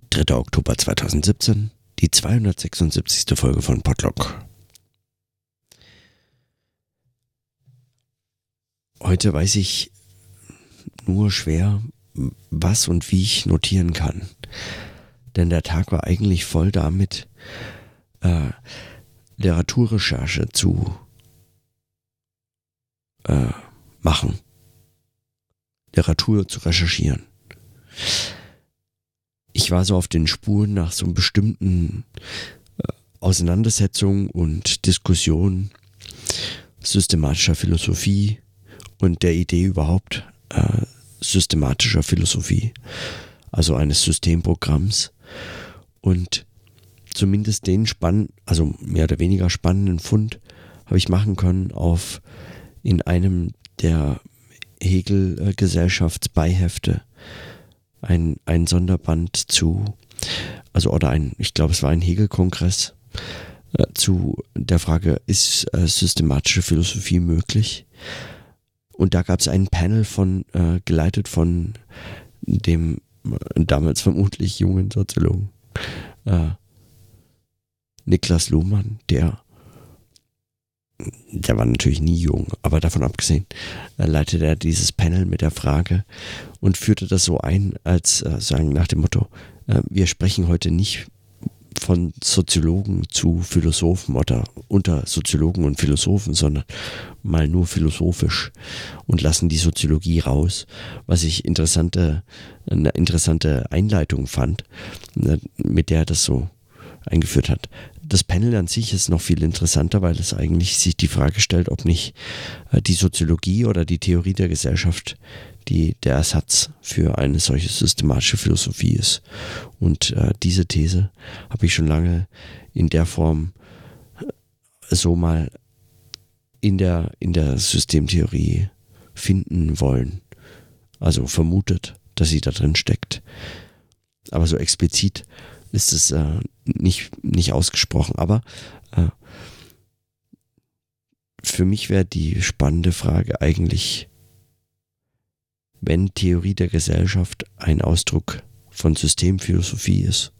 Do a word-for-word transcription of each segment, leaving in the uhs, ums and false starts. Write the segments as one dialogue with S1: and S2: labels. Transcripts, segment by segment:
S1: dritter Oktober zweitausendsiebzehn, die zweihundertsechsundsiebzigste Folge von Podlog. Heute weiß ich nur schwer, was und wie ich notieren kann. Denn der Tag war eigentlich voll damit, äh, Literaturrecherche zu äh, machen. Literatur zu recherchieren. Ich war so auf den Spuren nach so einem bestimmten äh, Auseinandersetzung und Diskussion systematischer Philosophie und der Idee überhaupt äh, systematischer Philosophie, also eines Systemprogramms, und zumindest den spannenden, also mehr oder weniger spannenden Fund habe ich machen können auf in einem der Hegel-Gesellschaftsbeihefte ein, ein Sonderband zu, also oder ein, ich glaube es war ein Hegel-Kongress äh, zu der Frage, ist äh, systematische Philosophie möglich? Und da gab es ein Panel von, äh, geleitet von dem äh, damals vermutlich jungen Soziologen äh, Niklas Luhmann, der der war natürlich nie jung, aber davon abgesehen, äh, leitete er dieses Panel mit der Frage und führte das so ein, als äh, sagen nach dem Motto, äh, wir sprechen heute nicht von Soziologen zu Philosophen oder unter Soziologen und Philosophen, sondern mal nur philosophisch und lassen die Soziologie raus, was ich interessante, eine interessante Einleitung fand, mit der er das so eingeführt hat. Das Panel an sich ist noch viel interessanter, weil es eigentlich sich die Frage stellt, ob nicht die Soziologie oder die Theorie der Gesellschaft die der Ersatz für eine solche systematische Philosophie ist. Und äh, diese These habe ich schon lange in der Form so mal in der, in der Systemtheorie finden wollen. Also vermutet, dass sie da drin steckt. Aber so explizit ist es äh, nicht, nicht ausgesprochen. Aber äh, für mich wäre die spannende Frage eigentlich, wenn Theorie der Gesellschaft ein Ausdruck von Systemphilosophie ist,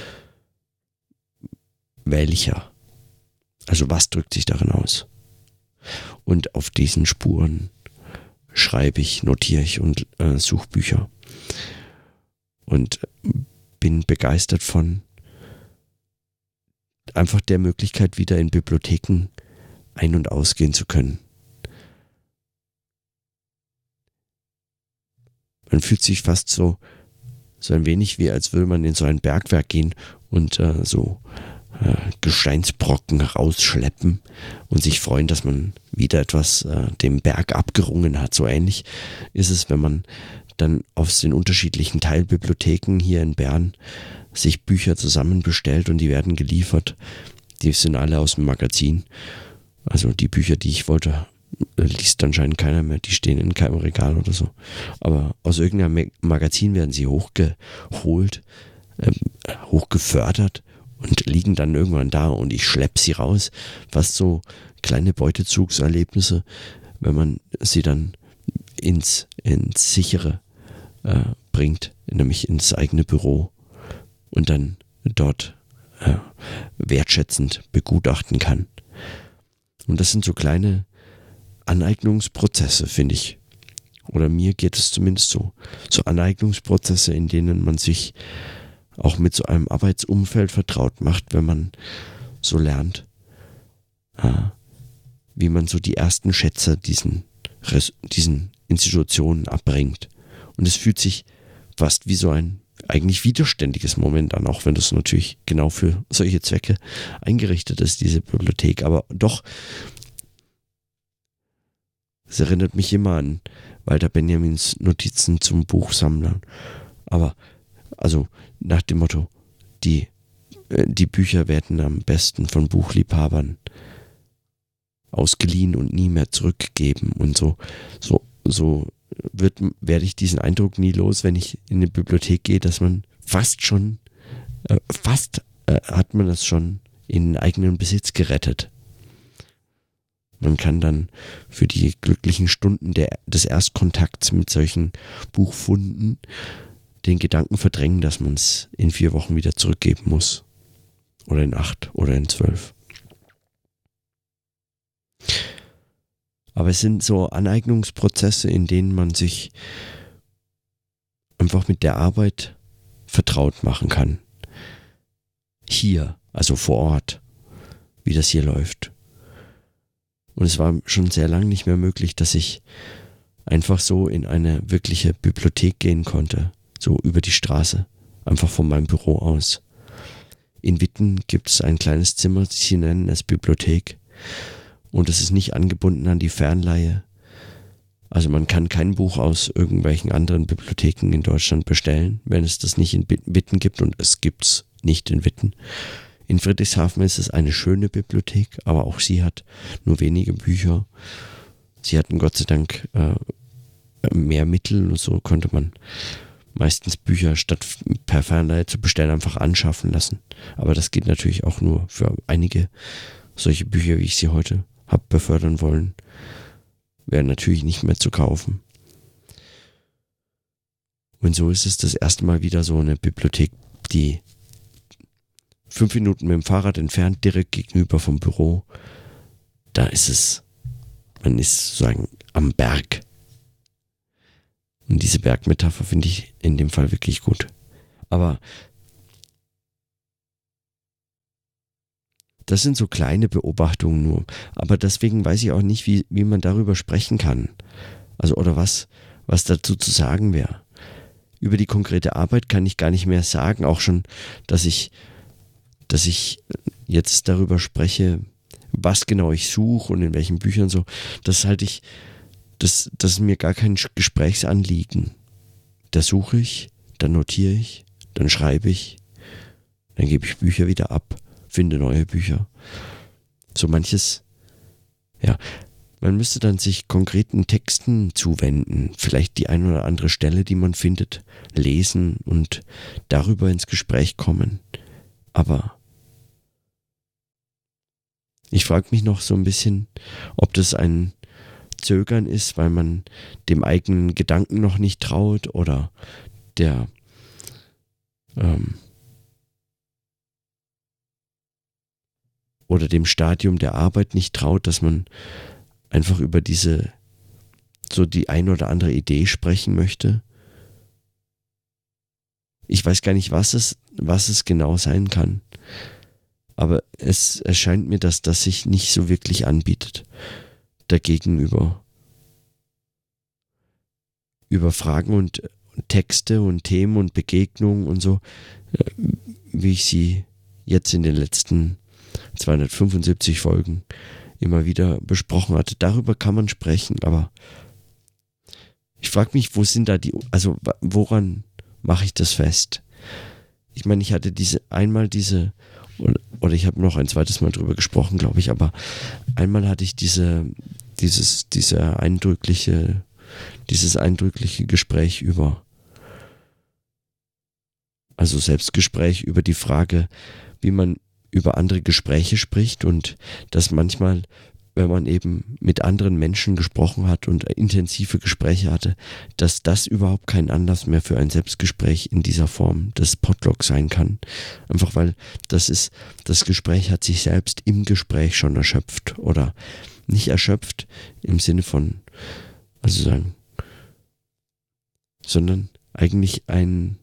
S1: welcher? Also was drückt sich darin aus? Und auf diesen Spuren schreibe ich, notiere ich und äh, suche Bücher. Und bin begeistert von einfach der Möglichkeit, wieder in Bibliotheken ein- und ausgehen zu können. Man fühlt sich fast so, so ein wenig wie, als würde man in so ein Bergwerk gehen und äh, so äh, Gesteinsbrocken rausschleppen und sich freuen, dass man wieder etwas äh, dem Berg abgerungen hat. So ähnlich ist es, wenn man dann aus den unterschiedlichen Teilbibliotheken hier in Bern sich Bücher zusammen bestellt und die werden geliefert. Die sind alle aus dem Magazin. Also die Bücher, die ich wollte, liest anscheinend keiner mehr, die stehen in keinem Regal oder so. Aber aus irgendeinem Magazin werden sie hochgeholt, äh, hochgefördert und liegen dann irgendwann da und ich schleppe sie raus. Fast so kleine Beutezugserlebnisse, wenn man sie dann ins, ins sichere äh, bringt, nämlich ins eigene Büro und dann dort äh, wertschätzend begutachten kann. Und das sind so kleine Aneignungsprozesse, finde ich. Oder mir geht es zumindest so. So Aneignungsprozesse, in denen man sich auch mit so einem Arbeitsumfeld vertraut macht, wenn man so lernt, äh, wie man so die ersten Schätze diesen, diesen Institutionen abbringt. Und es fühlt sich fast wie so ein eigentlich widerständiges Moment an, auch wenn das natürlich genau für solche Zwecke eingerichtet ist, diese Bibliothek. Aber doch, es erinnert mich immer an Walter Benjamins Notizen zum Buchsammlern. Aber, also nach dem Motto, die, die Bücher werden am besten von Buchliebhabern ausgeliehen und nie mehr zurückgegeben. Und so, so, so wird, werde ich diesen Eindruck nie los, wenn ich in eine Bibliothek gehe, dass man fast schon, äh, fast äh, hat man das schon in den eigenen Besitz gerettet. Man kann dann für die glücklichen Stunden der, des Erstkontakts mit solchen Buchfunden, den Gedanken verdrängen, dass man es in vier Wochen wieder zurückgeben muss. Oder in acht oder in zwölf. Aber es sind so Aneignungsprozesse, in denen man sich einfach mit der Arbeit vertraut machen kann. Hier, also vor Ort, wie das hier läuft. Und es war schon sehr lange nicht mehr möglich, dass ich einfach so in eine wirkliche Bibliothek gehen konnte, so über die Straße, einfach von meinem Büro aus. In Witten gibt es ein kleines Zimmer, sie nennen es Bibliothek. Und es ist nicht angebunden an die Fernleihe. Also man kann kein Buch aus irgendwelchen anderen Bibliotheken in Deutschland bestellen, wenn es das nicht in Witten gibt, und es gibt's nicht in Witten. In Friedrichshafen ist es eine schöne Bibliothek, aber auch sie hat nur wenige Bücher. Sie hatten Gott sei Dank äh, mehr Mittel, und so konnte man meistens Bücher statt per Fernleihe zu bestellen einfach anschaffen lassen. Aber das geht natürlich auch nur für einige solche Bücher, wie ich sie heute habe befördern wollen, wären natürlich nicht mehr zu kaufen. Und so ist es das erste Mal wieder so eine Bibliothek, die fünf Minuten mit dem Fahrrad entfernt, direkt gegenüber vom Büro. Da ist es, man ist sozusagen am Berg. Und diese Bergmetapher finde ich in dem Fall wirklich gut. Aber das sind so kleine Beobachtungen nur. Aber deswegen weiß ich auch nicht, wie, wie man darüber sprechen kann. Also, oder was, was dazu zu sagen wäre. Über die konkrete Arbeit kann ich gar nicht mehr sagen. Auch schon, dass ich, dass ich jetzt darüber spreche, was genau ich suche und in welchen Büchern so. Das halte ich, das, das ist mir gar kein Gesprächsanliegen. Da suche ich, dann notiere ich, dann schreibe ich, dann gebe ich Bücher wieder ab. Finde neue Bücher. So manches, ja, man müsste dann sich konkreten Texten zuwenden, vielleicht die ein oder andere Stelle, die man findet, lesen und darüber ins Gespräch kommen. Aber ich frage mich noch so ein bisschen, ob das ein Zögern ist, weil man dem eigenen Gedanken noch nicht traut oder der ähm, oder dem Stadium der Arbeit nicht traut, dass man einfach über diese, so die ein oder andere Idee sprechen möchte. Ich weiß gar nicht, was es, was es genau sein kann. Aber es erscheint mir, dass das sich nicht so wirklich anbietet. Dagegen über, über Fragen und Texte und Themen und Begegnungen und so, wie ich sie jetzt in den letzten zweihundertfünfundsiebzig Folgen immer wieder besprochen hatte. Darüber kann man sprechen, aber ich frage mich, wo sind da die, also woran mache ich das fest? Ich meine, ich hatte diese, einmal diese, oder, oder ich habe noch ein zweites Mal drüber gesprochen, glaube ich, aber einmal hatte ich diese, dieses, diese eindrückliche, dieses eindrückliche Gespräch über, also Selbstgespräch über die Frage, wie man über andere Gespräche spricht und dass manchmal, wenn man eben mit anderen Menschen gesprochen hat und intensive Gespräche hatte, dass das überhaupt kein Anlass mehr für ein Selbstgespräch in dieser Form des Podlogs sein kann. Einfach weil das ist, das Gespräch hat sich selbst im Gespräch schon erschöpft oder nicht erschöpft im Sinne von, also sagen, sondern eigentlich ein,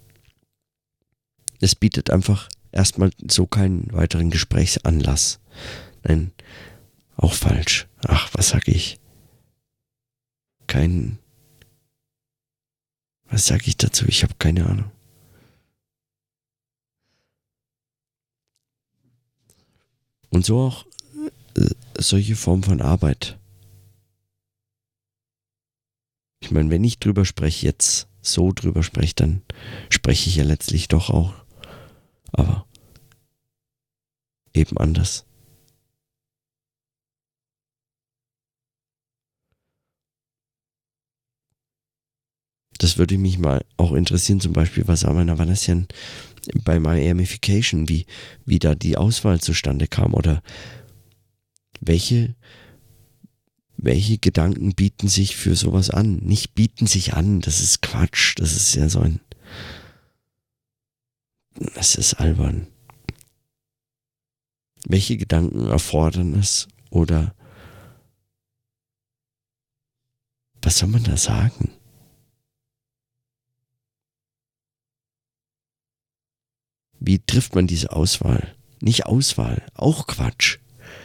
S1: es bietet einfach erstmal so keinen weiteren Gesprächsanlass. Nein, auch falsch. Ach, was sag ich? Kein, was sag ich dazu? Ich habe keine Ahnung. Und so auch äh, solche Formen von Arbeit. Ich meine, wenn ich drüber spreche, jetzt so drüber spreche, dann spreche ich ja letztlich doch auch. Aber eben anders. Das würde mich mal auch interessieren, zum Beispiel, was Armin Avanassian bei Miamification, wie, wie da die Auswahl zustande kam oder welche, welche Gedanken bieten sich für sowas an. Nicht bieten sich an, das ist Quatsch, das ist ja so ein, Es ist albern. Welche Gedanken erfordern es oder was soll man da sagen? Wie trifft man diese Auswahl? Nicht Auswahl, auch Quatsch.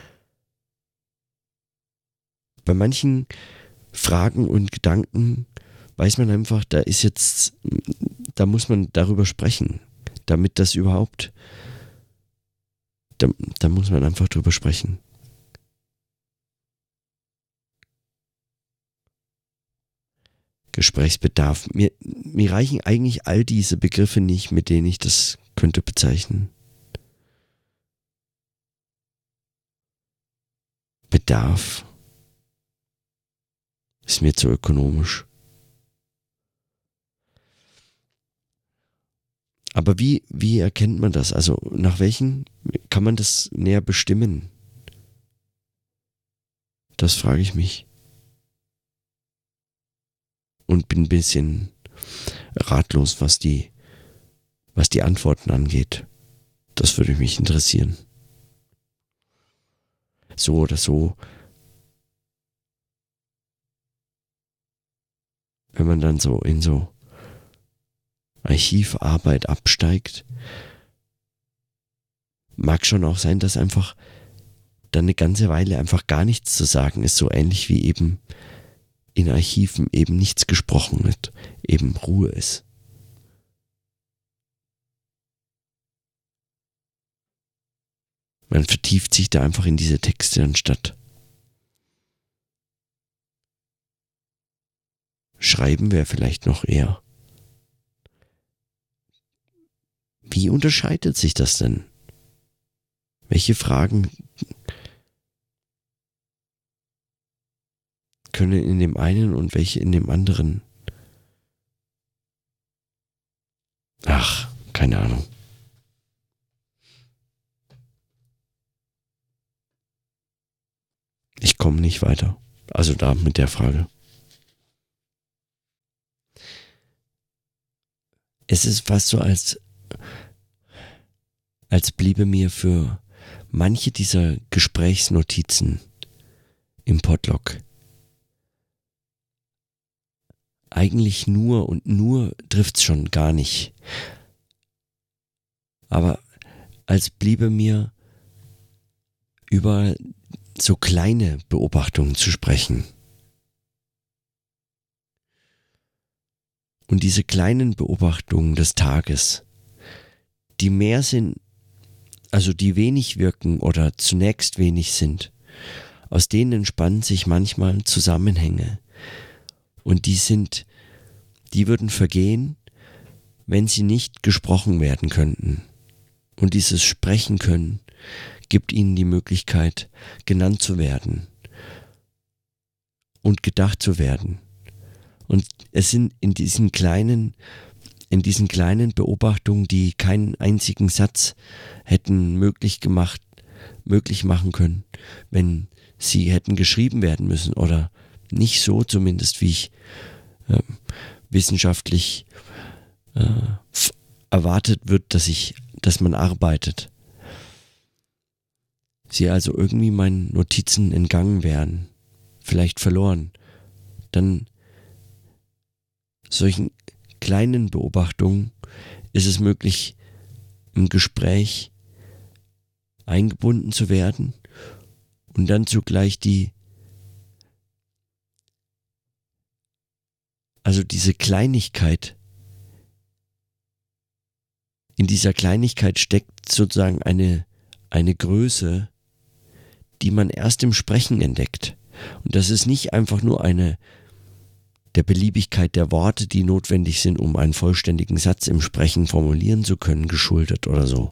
S1: Bei manchen Fragen und Gedanken weiß man einfach, da ist jetzt, da muss man darüber sprechen, damit das überhaupt, da, da muss man einfach drüber sprechen. Gesprächsbedarf. Mir, mir reichen eigentlich all diese Begriffe nicht, mit denen ich das könnte bezeichnen. Bedarf ist mir zu ökonomisch. Aber wie, wie erkennt man das? Also nach welchen kann man das näher bestimmen? Das frage ich mich. Und bin ein bisschen ratlos, was die, was die Antworten angeht. Das würde mich interessieren. So oder so. Wenn man dann so in so Archivarbeit absteigt, mag schon auch sein, dass einfach dann eine ganze Weile einfach gar nichts zu sagen ist, so ähnlich wie eben in Archiven eben nichts gesprochen wird, eben Ruhe ist. Man vertieft sich da einfach in diese Texte anstatt. Schreiben wäre vielleicht noch eher. Wie unterscheidet sich das denn? Welche Fragen können in dem einen und welche in dem anderen? Ach, keine Ahnung. Ich komme nicht weiter. Also da mit der Frage. Es ist fast so, als, als bliebe mir für manche dieser Gesprächsnotizen im Podlog eigentlich nur, und nur trifft's schon gar nicht, aber als bliebe mir über so kleine Beobachtungen zu sprechen. Und diese kleinen Beobachtungen des Tages, die mehr sind, also die wenig wirken oder zunächst wenig sind, aus denen entspannen sich manchmal Zusammenhänge. Und die sind, die würden vergehen, wenn sie nicht gesprochen werden könnten. Und dieses Sprechen können gibt ihnen die Möglichkeit, genannt zu werden und gedacht zu werden. Und es sind in diesen kleinen, in diesen kleinen Beobachtungen, die keinen einzigen Satz hätten möglich gemacht, möglich machen können, wenn sie hätten geschrieben werden müssen oder nicht so zumindest, wie ich äh, wissenschaftlich äh, f- erwartet wird, dass ich, dass man arbeitet. Sie also irgendwie meinen Notizen entgangen wären, vielleicht verloren, dann solchen kleinen Beobachtungen ist es möglich, im Gespräch eingebunden zu werden und dann zugleich die, also diese Kleinigkeit, in dieser Kleinigkeit steckt sozusagen eine, eine Größe, die man erst im Sprechen entdeckt. Und das ist nicht einfach nur eine der Beliebigkeit der Worte, die notwendig sind, um einen vollständigen Satz im Sprechen formulieren zu können, geschuldet oder so.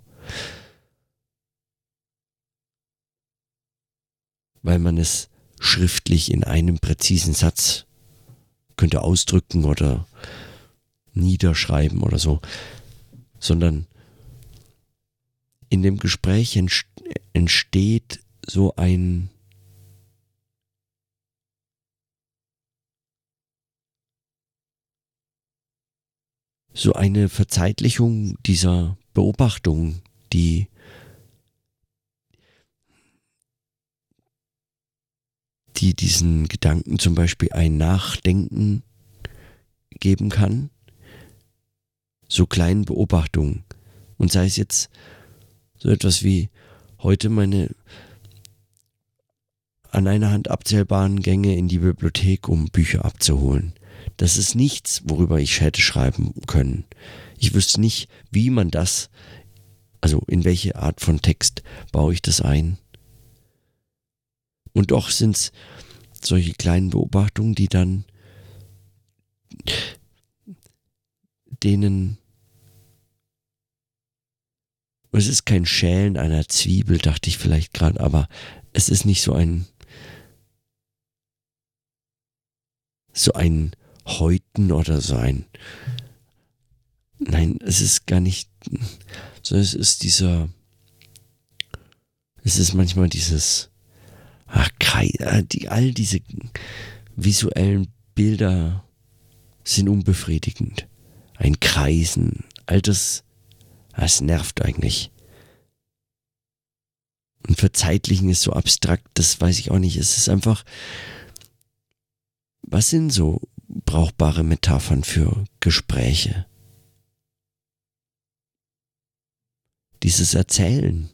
S1: Weil man es schriftlich in einem präzisen Satz könnte ausdrücken oder niederschreiben oder so, sondern in dem Gespräch entsteht so ein so eine Verzeitlichung dieser Beobachtungen, die die diesen Gedanken zum Beispiel ein Nachdenken geben kann. So kleinen Beobachtungen. Und sei es jetzt so etwas wie heute meine an einer Hand abzählbaren Gänge in die Bibliothek, um Bücher abzuholen. Das ist nichts, worüber ich hätte schreiben können. Ich wüsste nicht, wie man das, also in welche Art von Text baue ich das ein. Und doch sind es solche kleinen Beobachtungen, die dann denen, es ist kein Schälen einer Zwiebel, dachte ich vielleicht gerade, aber es ist nicht so ein so ein Häuten oder so ein, nein, es ist gar nicht, sondern es ist dieser, es ist manchmal dieses, ach, die, all diese visuellen Bilder sind unbefriedigend. Ein Kreisen, all das, das nervt eigentlich. Und verzeitlichen ist so abstrakt, das weiß ich auch nicht. Es ist einfach, was sind so brauchbare Metaphern für Gespräche? Dieses Erzählen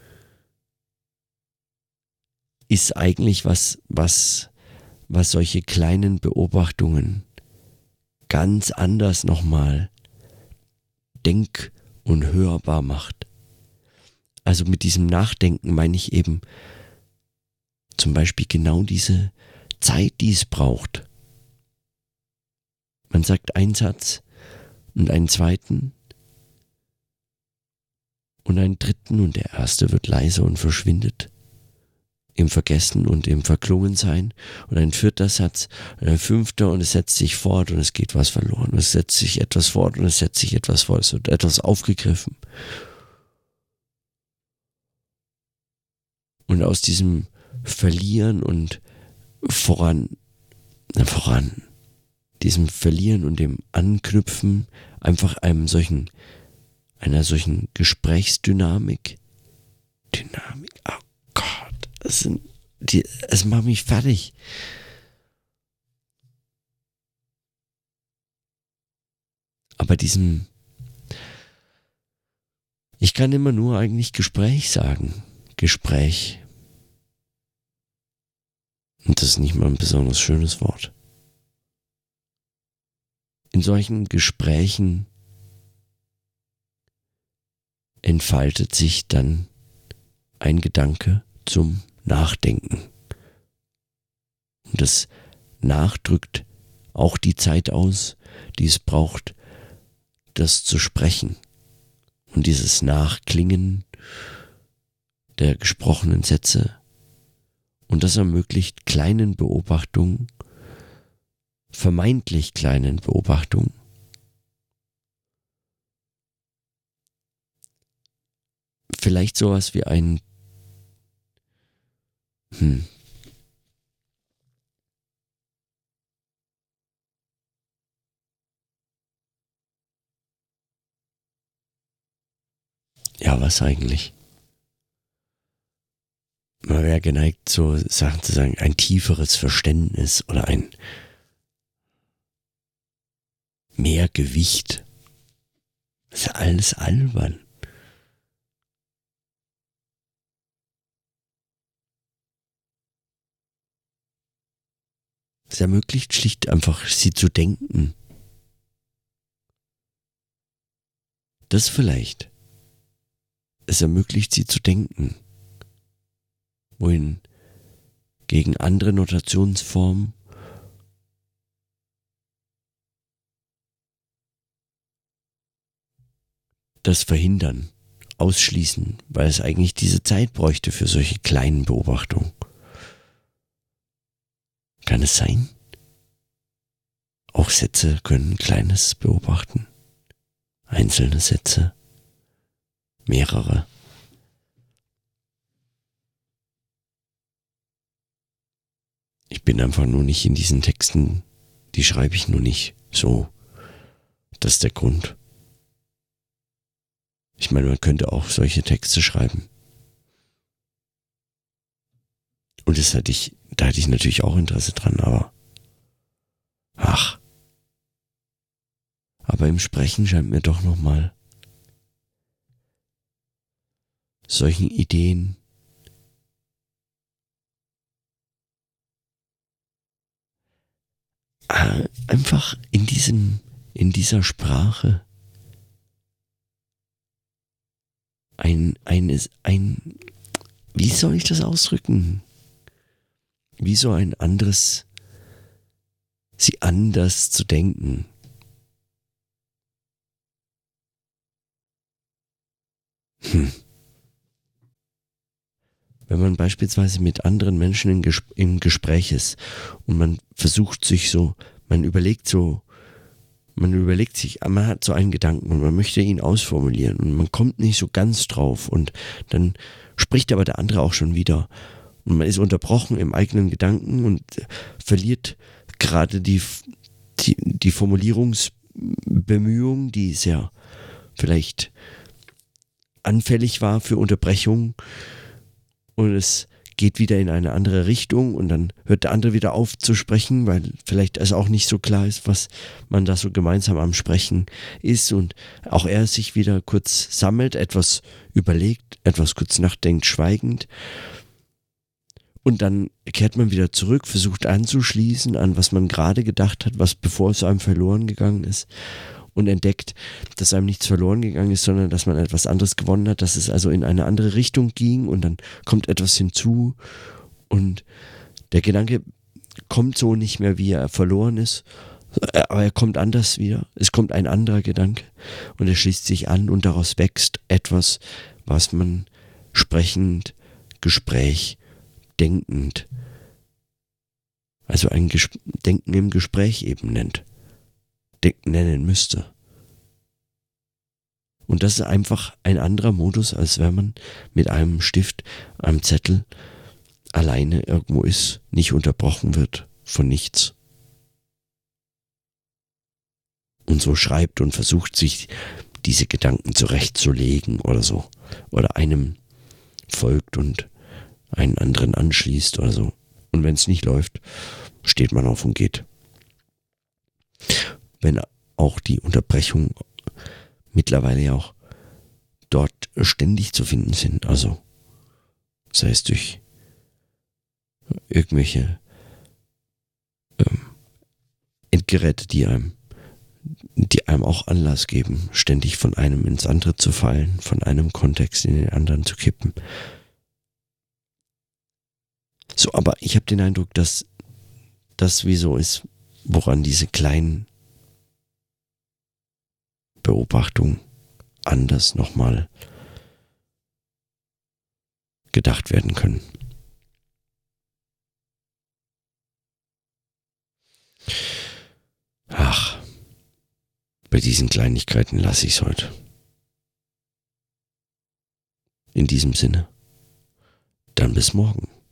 S1: ist eigentlich was, was, was solche kleinen Beobachtungen ganz anders nochmal denk- und hörbar macht. Also mit diesem Nachdenken meine ich eben zum Beispiel genau diese Zeit, die es braucht. Man sagt einen Satz und einen zweiten und einen dritten und der erste wird leiser und verschwindet im Vergessen und im Verklungensein und ein vierter Satz und ein fünfter und es setzt sich fort und es geht was verloren. Und es setzt sich etwas fort und es setzt sich etwas fort. Es wird etwas aufgegriffen. Und aus diesem Verlieren und voran, voran, diesem Verlieren und dem Anknüpfen einfach einem solchen, einer solchen Gesprächsdynamik, Dynamik, oh Gott, es sind, die, es macht mich fertig. Aber diesem, ich kann immer nur eigentlich Gespräch sagen, Gespräch. Und das ist nicht mal ein besonders schönes Wort. In solchen Gesprächen entfaltet sich dann ein Gedanke zum Nachdenken. Und das nachdrückt auch die Zeit aus, die es braucht, das zu sprechen. Und dieses Nachklingen der gesprochenen Sätze. Und das ermöglicht kleinen Beobachtungen, vermeintlich kleinen Beobachtungen, vielleicht sowas wie ein hm, ja, was eigentlich? Man wäre geneigt, so Sachen zu sagen, ein tieferes Verständnis oder ein mehr Gewicht. Das ist ja alles albern. Es ermöglicht schlicht einfach, sie zu denken. Das vielleicht. Es ermöglicht, sie zu denken. Wohin gegen andere Notationsformen das verhindern, ausschließen, weil es eigentlich diese Zeit bräuchte für solche kleinen Beobachtungen. Kann es sein? Auch Sätze können Kleines beobachten. Einzelne Sätze. Mehrere. Ich bin einfach nur nicht in diesen Texten, die schreibe ich nur nicht so. Das ist der Grund. Ich meine, man könnte auch solche Texte schreiben. Und das hatte ich, da hatte ich natürlich auch Interesse dran, aber ach. Aber im Sprechen scheint mir doch nochmal solchen Ideen äh, einfach in diesem, in dieser Sprache ein, ein, ein, wie soll ich das ausdrücken? Wie so ein anderes, sie anders zu denken. Hm. Wenn man beispielsweise mit anderen Menschen in Ges- im Gespräch ist und man versucht sich so, man überlegt so, man überlegt sich, man hat so einen Gedanken und man möchte ihn ausformulieren und man kommt nicht so ganz drauf und dann spricht aber der andere auch schon wieder und man ist unterbrochen im eigenen Gedanken und verliert gerade die, die, die Formulierungsbemühung, die sehr vielleicht anfällig war für Unterbrechung, und es geht wieder in eine andere Richtung und dann hört der andere wieder auf zu sprechen, weil vielleicht es auch nicht so klar ist, was man da so gemeinsam am Sprechen ist und auch er sich wieder kurz sammelt, etwas überlegt, etwas kurz nachdenkt, schweigend und dann kehrt man wieder zurück, versucht anzuschließen an was man gerade gedacht hat, was bevor es einem verloren gegangen ist und entdeckt, dass einem nichts verloren gegangen ist, sondern dass man etwas anderes gewonnen hat, dass es also in eine andere Richtung ging und dann kommt etwas hinzu und der Gedanke kommt so nicht mehr, wie er verloren ist, aber er kommt anders wieder. Es kommt ein anderer Gedanke und er schließt sich an und daraus wächst etwas, was man sprechend, Gespräch, denkend, also ein Ges- Denken im Gespräch eben nennt. nennen müsste. Und das ist einfach ein anderer Modus, als wenn man mit einem Stift, einem Zettel alleine irgendwo ist, nicht unterbrochen wird von nichts. Und so schreibt und versucht sich diese Gedanken zurechtzulegen oder so. Oder einem folgt und einen anderen anschließt oder so. Und wenn es nicht läuft, steht man auf und geht. Wenn auch die Unterbrechungen mittlerweile ja auch dort ständig zu finden sind. Also sei es durch irgendwelche ähm, Endgeräte, die einem, die einem auch Anlass geben, ständig von einem ins andere zu fallen, von einem Kontext in den anderen zu kippen. So, aber ich habe den Eindruck, dass das wie so ist, woran diese kleinen Beobachtung anders nochmal gedacht werden können. Ach, bei diesen Kleinigkeiten lasse ich es heute. In diesem Sinne, dann bis morgen.